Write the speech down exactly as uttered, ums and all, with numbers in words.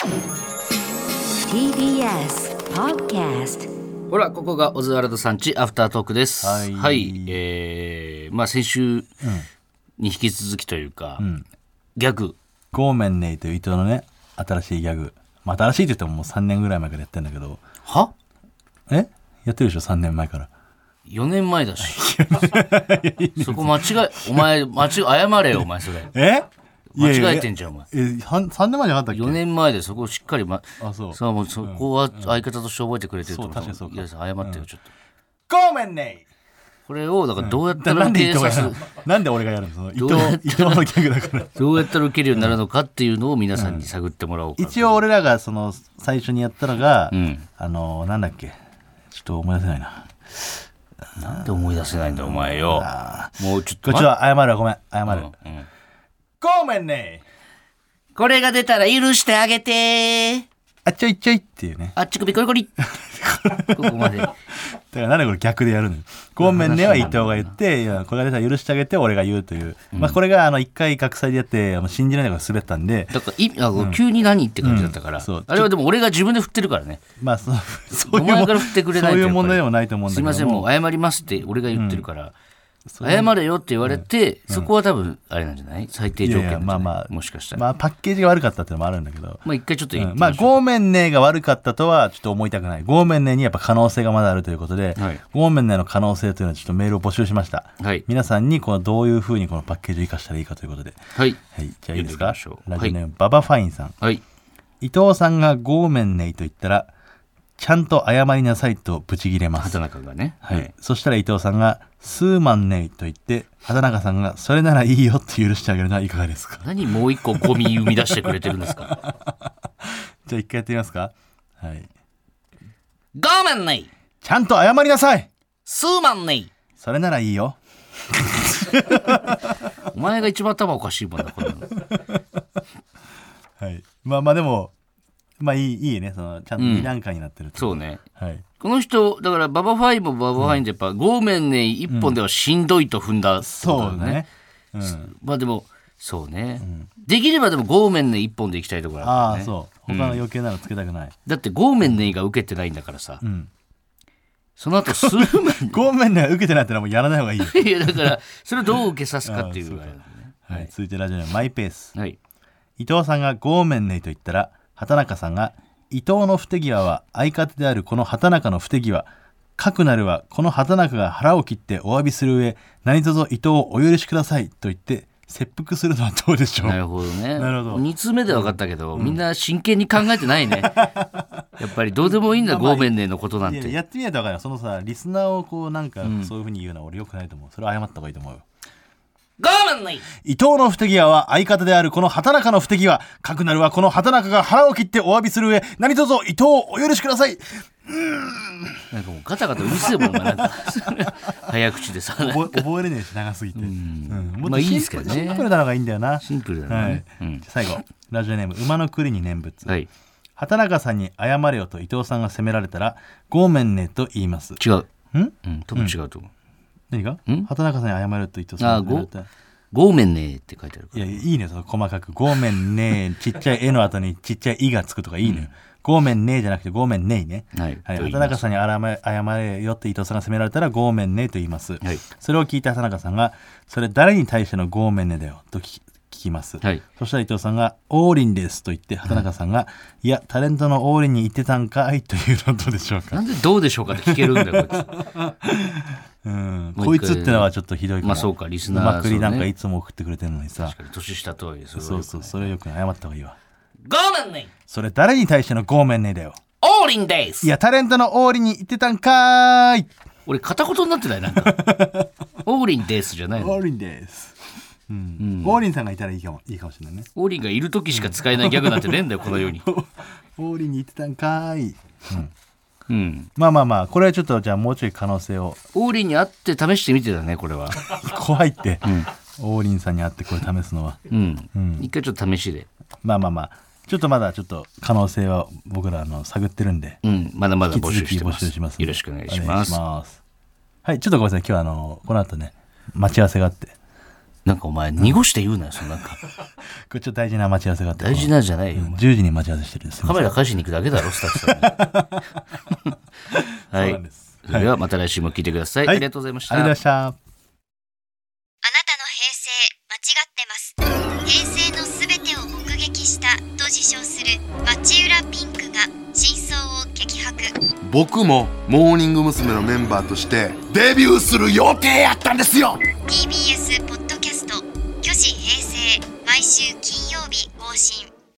ティービーエス Podcast。 ほら、ここがオズワルドさんちアフタートークです。 はい、 はいえーまあ、先週に引き続きというか、うん、ギャグゴーメンネイという伊藤のね新しいギャグ、まあ、新しいって言ってももうさんねんぐらい前からやってるんだけど。 はえやってるでしょさんねんまえから。 よねんまえだしそこ間違えお前間違謝れよお前それえ間違えてんじゃんお前。 えさんねんまえじゃなかったっけ。 よねんまえでそこをしっかり、ま、 あそうさあもうそこは相方として覚えてくれてると思う。 そう確かにそうか。 いや謝ってよ、うん、ちょっとゴーメンネイこれをだからどうやったら受けさす、 うん、なんで俺がやるのその伊藤伊藤のギャグだからどうやったら受けるようになるのかっていうのを皆さんに探ってもらおうか、 うん、一応俺らがその最初にやったのが、 うん、 あのなんだっけちょっと思い出せないな。 なんで思い出せないんだお前よ。もうちょっとこっちは謝るごめん謝る、うんうん、ゴーメンネイこれが出たら許してあげてあっちょいちょいっていうね。 あっち首コリコリここまで。だからなんでこれ逆でやるのよ。ごめんねは伊藤が言って、いやこれが出たら許してあげて俺が言うという、うん、まあこれがあの一回学祭でやって信じられないから滑ったんで。 だからいあ、うん、急に何って感じだったから、うん、あれはでも俺が自分で振ってるからね。 まあそうそういうお前から振ってくれないとそういう問題でもないと思うんだけども。 すいませんもう謝りますって俺が言ってるから。うん謝れよって言われて、うん、そこは多分あれなんじゃない最低条件なんじゃない。いやいやまあまあもしかしたらまあパッケージが悪かったっていうのもあるんだけど、 まあ一回ちょっと言ってみましょう、うん、まあゴーメンネーが悪かったとはちょっと思いたくない。ゴーメンネーにやっぱ可能性がまだあるということで、はい、ゴーメンネーの可能性というのはちょっとメールを募集しました、はい、皆さんにこのどういうふうにこのパッケージを生かしたらいいかということで、 はい、 はい、じゃあいいですか。ラジオネーム、 はい、 ババファインさん、 はい、 伊藤さんがゴーメンネーと言ったらちゃんと謝りなさいとブチギレます。 畑中がね、 はいはい、そしたら伊藤さんがスーマンネイと言って畑中さんがそれならいいよって許してあげるのはいかがですか。 何もう一個ゴミ生み出してくれてるんですかじゃあ一回やってみますか。はい。 ゴーメンネイちゃんと謝りなさい。 スーマンネイそれならいいよお前が一番頭おかしいもんなこんなのはいまあまあでもまあいいいいねそのちゃんとに段階になってる、うん、 そうね、 はい、 この人だからババファイもババファインでやっぱ、うん、ゴーメンネイ一本ではしんどいと踏んだ、うん、 そうね、うん、 まあでもそうね、うん、できればでもゴーメンネイ一本でいきたいところだからね。 ああそう他の余計なのつけたくない、うん、 だってゴーメンネイが受けてないんだからさ、うん、その後スーマンゴーメンネイが受けてないってのはもうやらない方がいいよいやだからそれをどう受けさすかっていうあれだね、 はい、続いてラジオネームマイペース、 はい、 伊藤さんがゴーメンネイと言ったら畑中さんが伊藤の不手際は相方であるこの畑中の不手際かくなるはこの畑中が腹を切ってお詫びする上何卒伊藤をお許しくださいと言って切腹するのはどうでしょう。 なるほどね。 なるほどに通目で分かったけど、うん、みんな真剣に考えてないねやっぱりどうでもいいんだ、まあまあ、ゴーメンネイのことなんて。 いや、やってみないと分かるよ。そのさリスナーをこうなんかそういう風に言うのは俺よくないと思う。それは謝った方がいいと思うよ。 ゴーメンネイ伊藤の不手際は相方であるこの畑中の不手際かくなるはこの畑中が腹を切ってお詫びする上何卒伊藤をお許しください。うーんなんかもうガタガタうるせえもんなんか早口でさ覚え覚えれねえし長すぎて、うんうん、 もっとシンプル、まあいいですけどね、シンプルなのがいいんだよな。 シンプルだね、 はいうん、最後ラジオネーム馬の栗に念仏、 はい、 畑中さんに謝れよと伊藤さんが責められたらゴーメンネと言います。 違う、 ん、 うん、多分違うと思う、 うん、何が畑中さんに謝ると伊藤さんが責められたらゴーメンネーって書いてあるから。 いやいいねその細かくゴーメンネーちっちゃい絵の後にちっちゃいイがつくとかいいね、うん、ゴーメンネーじゃなくてゴーメンネイね、 はいはい、畑中さんに謝れよって伊藤さんが責められたらゴーメンネーと言います、 はい、 それを聞いた畑中さんがそれ誰に対してのゴーメンネだよと聞き、聞きます、 はい、 そしたら伊藤さんがオーリンですと言って畑中さんが、はい、いやタレントのオーリンに言ってたんかいというのはどうでしょうか。 なんでどうでしょうかって聞けるんだよこいつうん、こいつってのはちょっとひどいかも。 まあそうかリスナーうまくりなんかいつも送ってくれてるのにさ、 確かに年下とはいえそれはそうそうそれよく謝った方がいいわ。 ゴーメンネイそれ誰に対してのゴーメンネイだよ。 オーリンです。 いやタレントのオーリンに言ってたんかーい。 俺片言になってないなんかオーリンですじゃないの。 オーリンです、うんうん、オーリンさんがいたらいいかもいいかもしれないね。 オーリンがいる時しか使えないギャグなんてねえんだよこの世にオーリンに言ってたんかーい、うんうん、 まあまあまあこれはちょっとじゃあもうちょい可能性をオーリンに会って試してみてたねこれは怖いって、うん、オーリンさんに会ってこれ試すのは、 うんうん、一回ちょっと試しでまあまあまあちょっとまだちょっと可能性は僕らの探ってるんで、 うん、まだまだ募集してます。 引き続き募集しますよろしくお願いします。 はいちょっとごめんなさい今日はあのこの後ね待ち合わせがあってなんかお前濁して言うなよ、そのなんか。 これちょっと大事な待ち合わせがあって。 大事なんじゃないよ。 じゅうじに待ち合わせしてるんです。 カメラ返しに行くだけだろ、スタッフさんに。はい。それではまた来週も聞いてください。はい、ありがとうございました。 ありがとうございました。 あなたの平成間違ってます。平成のすべてを目撃したと自称する町浦ピンクが真相を激白。 僕もモーニング娘。のメンバーとしてデビューする予定やったんですよ。 ティービーエス ポッドキャスト「虚子平成」毎週金曜日更新。